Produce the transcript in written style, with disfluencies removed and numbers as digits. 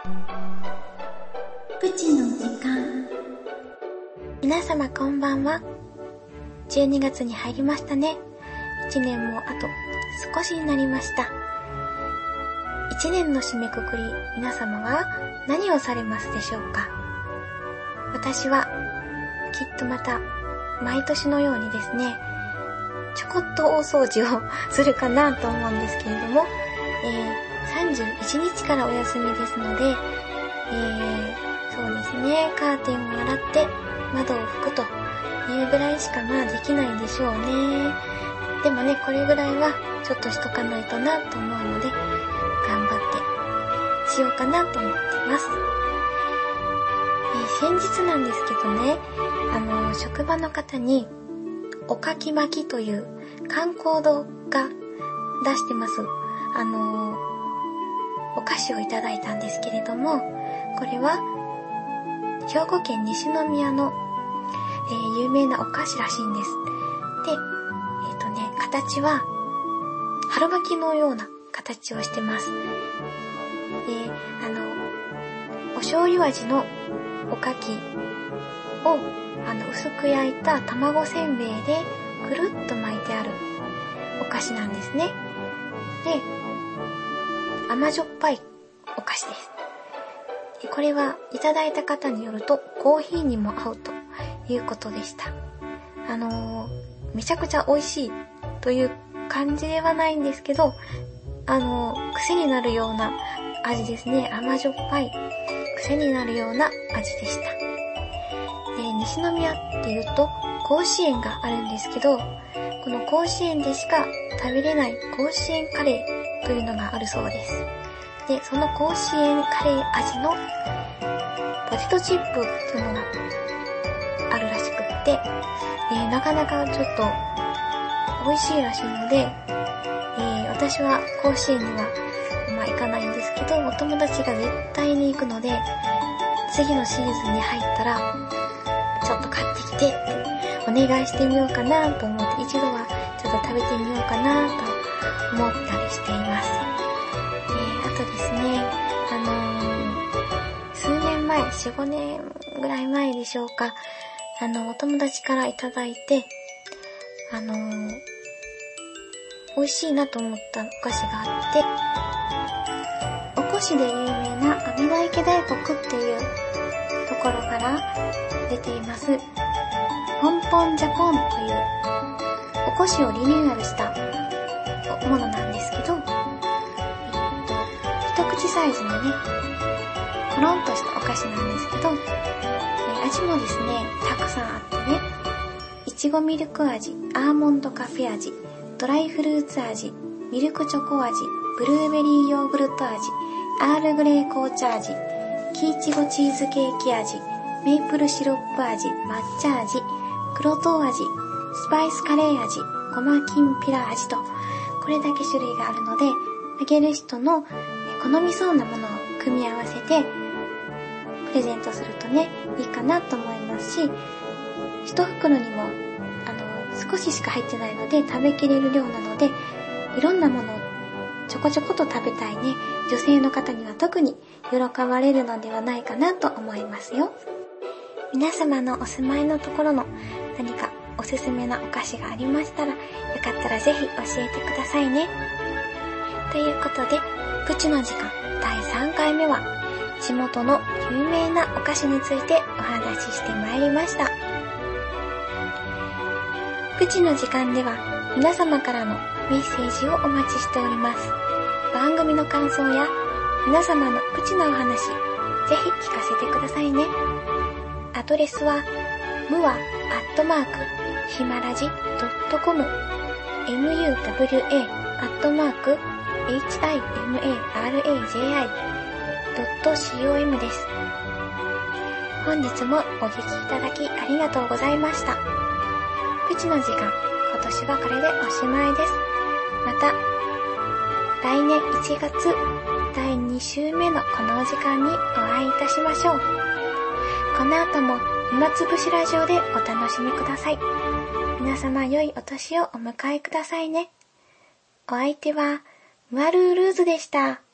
プチの時間。皆様こんばんは。12月に入りましたね。1年もあと少しになりました。1年の締めくくり、皆様は何をされますでしょうか。私はきっとまた毎年のようにですね、ちょこっと大掃除をするかなと思うんですけれども、31日からお休みですので、そうですね、カーテンを洗って窓を拭くというぐらいしかできないんでしょうね。でもね、これぐらいはちょっとしとかないとなと思うので、頑張ってしようかなと思っています。先日なんですけどね、職場の方におかき巻きという観光堂が出してますお菓子をいただいたんですけれども、これは兵庫県西宮の、有名なお菓子らしいんです。で、形は春巻きのような形をしてます。で、お醤油味のおかきを薄く焼いた卵せんべいでくるっと巻いてあるお菓子なんですね。で、甘じょっぱいお菓子です。で、これはいただいた方によるとコーヒーにも合うということでした。めちゃくちゃ美味しいという感じではないんですけど、癖になるような味ですね。甘じょっぱい癖になるような味でした。で、西宮っていうと甲子園があるんですけど、この甲子園でしか食べれない甲子園カレーというのがあるそうです。で、その甲子園カレー味のポテトチップっていうのがあるらしくって、なかなかちょっと美味しいらしいので、私は甲子園には行かないんですけど、お友達が絶対に行くので、次のシーズンに入ったらちょっと買ってきてってお願いしてみようかなと思って、一度はちょっと食べてみようかなと思ったりしています。あとですね、数年前、4、5年ぐらい前でしょうか、お友達からいただいて、美味しいなと思ったお菓子があって、おこしで有名な阿弥陀池大国っていうところから出ていますポンポンジャポンというおこしをリニューアルしたものなんですけど、一口サイズのね、コロンとしたお菓子なんですけど、味もですね、たくさんあってね、いちごミルク味、アーモンドカフェ味、ドライフルーツ味、ミルクチョコ味、ブルーベリーヨーグルト味、アールグレー紅茶味、木いちごチーズケーキ味、メープルシロップ味、抹茶味、黒糖味、スパイスカレー味、ごまきんぴら味と、これだけ種類があるので、あげる人の好みそうなものを組み合わせてプレゼントするとね、いいかなと思いますし、一袋にも少ししか入ってないので食べきれる量なので、いろんなものをちょこちょこと食べたいね、女性の方には特に喜ばれるのではないかなと思いますよ。皆様のお住まいのところの何かおすすめなお菓子がありましたら、よかったらぜひ教えてくださいね。ということで、プチの時間第3回目は地元の有名なお菓子についてお話ししてまいりました。プチの時間では皆様からのメッセージをお待ちしております。番組の感想や皆様のプチなお話、ぜひ聞かせてくださいね。アドレスはmua@himaraji.com mua@himaraji.com です。本日もお聞きいただきありがとうございました。プチの時間、今年はこれでおしまいです。また来年1月第2週目のこのお時間にお会いいたしましょう。この後も暇つぶしラジオでお楽しみください。皆様良いお年をお迎えくださいね。お相手はムアルールーズでした。